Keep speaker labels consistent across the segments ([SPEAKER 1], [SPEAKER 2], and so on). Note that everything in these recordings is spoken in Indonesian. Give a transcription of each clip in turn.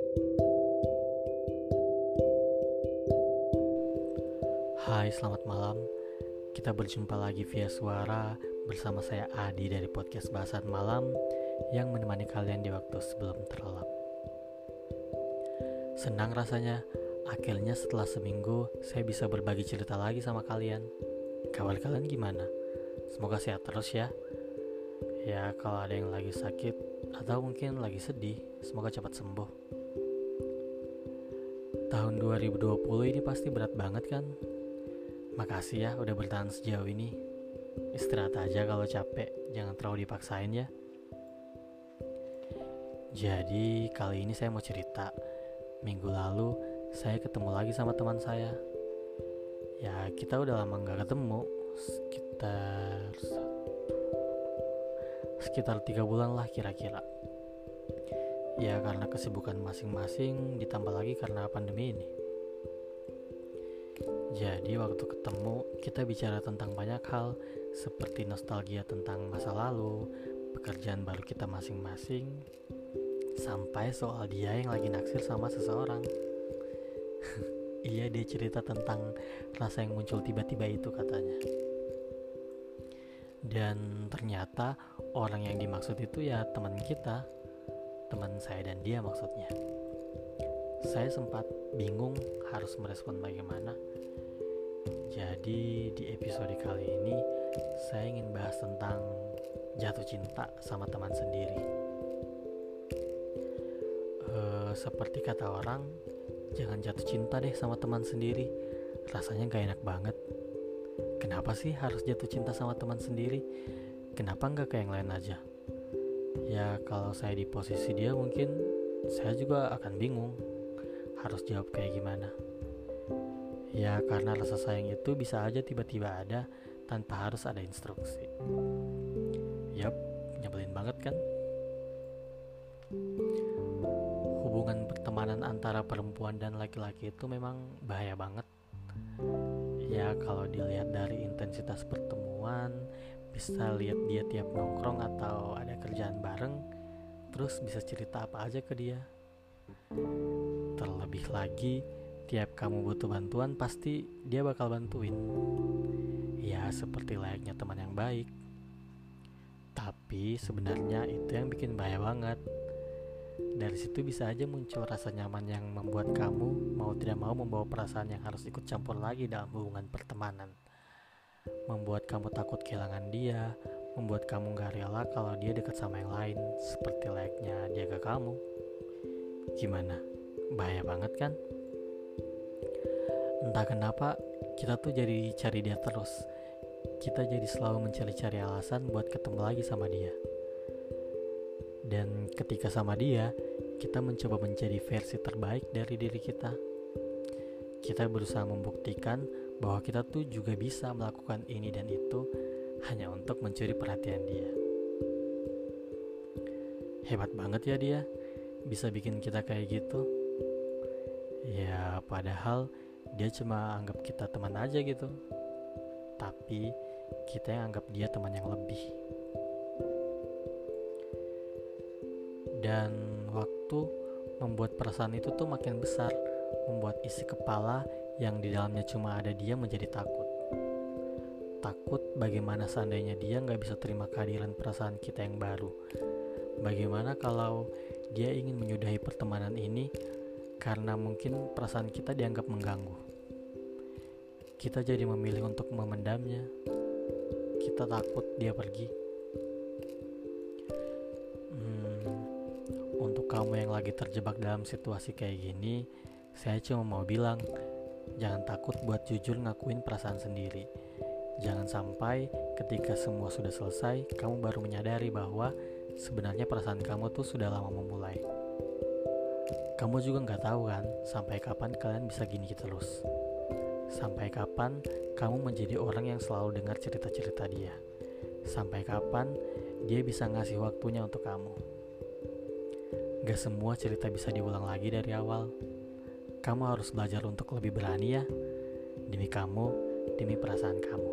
[SPEAKER 1] Hai, selamat malam. Kita berjumpa lagi via suara bersama saya Adi dari podcast Bahasan Malam yang menemani kalian di waktu sebelum terlelap. Senang rasanya, akhirnya setelah seminggu saya bisa berbagi cerita lagi sama kalian. Kabar kalian gimana? Semoga sehat terus ya. Ya, kalau ada yang lagi sakit atau mungkin lagi sedih, semoga cepat sembuh. Tahun 2020 ini pasti berat banget kan? Makasih ya udah bertahan sejauh ini. Istirahat aja kalau capek, jangan terlalu dipaksain ya. Jadi kali ini saya mau cerita. Minggu lalu saya ketemu lagi sama teman saya. Ya kita udah lama gak ketemu, sekitar 3 bulan lah kira-kira. Ya karena kesibukan masing-masing, ditambah lagi karena pandemi ini. Jadi waktu ketemu kita bicara tentang banyak hal, seperti nostalgia tentang masa lalu, pekerjaan baru kita masing-masing, sampai soal dia yang lagi naksir sama seseorang. Iya, dia cerita tentang rasa yang muncul tiba-tiba itu katanya. Dan ternyata orang yang dimaksud itu ya teman kita, teman saya dan dia maksudnya. Saya sempat bingung harus merespon bagaimana. Jadi di episode kali ini saya ingin bahas tentang jatuh cinta sama teman sendiri. Seperti kata orang, jangan jatuh cinta deh sama teman sendiri. Rasanya gak enak banget. Kenapa sih harus jatuh cinta sama teman sendiri? Kenapa gak kayak yang lain aja? Ya kalau saya di posisi dia mungkin saya juga akan bingung harus jawab kayak gimana. Ya karena rasa sayang itu bisa aja tiba-tiba ada tanpa harus ada instruksi. Yap, nyebelin banget kan? Hubungan pertemanan antara perempuan dan laki-laki itu memang bahaya banget. Ya kalau dilihat dari intensitas pertemuan, bisa lihat dia tiap nongkrong atau ada kerjaan bareng, terus bisa cerita apa aja ke dia. Terlebih lagi, tiap kamu butuh bantuan pasti dia bakal bantuin. Ya seperti layaknya teman yang baik. Tapi sebenarnya itu yang bikin bahaya banget. Dari situ bisa aja muncul rasa nyaman yang membuat kamu mau tidak mau membawa perasaan yang harus ikut campur lagi dalam hubungan pertemanan. Membuat kamu takut kehilangan dia, membuat kamu gak rela kalau dia dekat sama yang lain, seperti layaknya dia ke kamu. Gimana? Bahaya banget kan? Entah kenapa kita tuh jadi cari dia terus. Kita jadi selalu mencari-cari alasan buat ketemu lagi sama dia. Dan ketika sama dia, kita mencoba menjadi versi terbaik dari diri kita. Kita berusaha membuktikan bahwa kita tuh juga bisa melakukan ini dan itu hanya untuk mencuri perhatian dia. Hebat banget ya dia, bisa bikin kita kayak gitu. Ya padahal dia cuma anggap kita teman aja gitu. Tapi kita yang anggap dia teman yang lebih. Dan waktu membuat perasaan itu tuh makin besar, membuat isi kepala yang di dalamnya cuma ada dia menjadi takut. Takut bagaimana seandainya dia gak bisa terima kehadiran perasaan kita yang baru. Bagaimana kalau dia ingin menyudahi pertemanan ini karena mungkin perasaan kita dianggap mengganggu. Kita jadi memilih untuk memendamnya. Kita takut dia pergi. Untuk kamu yang lagi terjebak dalam situasi kayak gini, saya cuma mau bilang, jangan takut buat jujur ngakuin perasaan sendiri. Jangan sampai ketika semua sudah selesai, kamu baru menyadari bahwa sebenarnya perasaan kamu tuh sudah lama memulai. Kamu juga gak tahu kan, sampai kapan kalian bisa gini terus. Sampai kapan kamu menjadi orang yang selalu dengar cerita-cerita dia. Sampai kapan dia bisa ngasih waktunya untuk kamu. Gak semua cerita bisa diulang lagi dari awal. Kamu harus belajar untuk lebih berani ya. Demi kamu, demi perasaan kamu.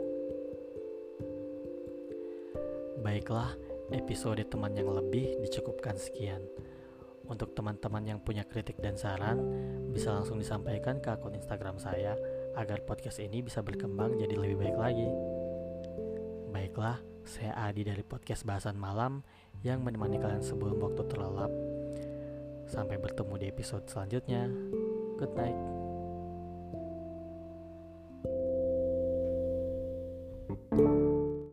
[SPEAKER 1] Baiklah, episode teman yang lebih dicukupkan sekian. Untuk teman-teman yang punya kritik dan saran, bisa langsung disampaikan ke akun Instagram saya agar podcast ini bisa berkembang jadi lebih baik lagi. Baiklah, saya Adi dari podcast Bahasan Malam yang menemani kalian sebelum waktu terlelap. Sampai bertemu di episode selanjutnya. Good night.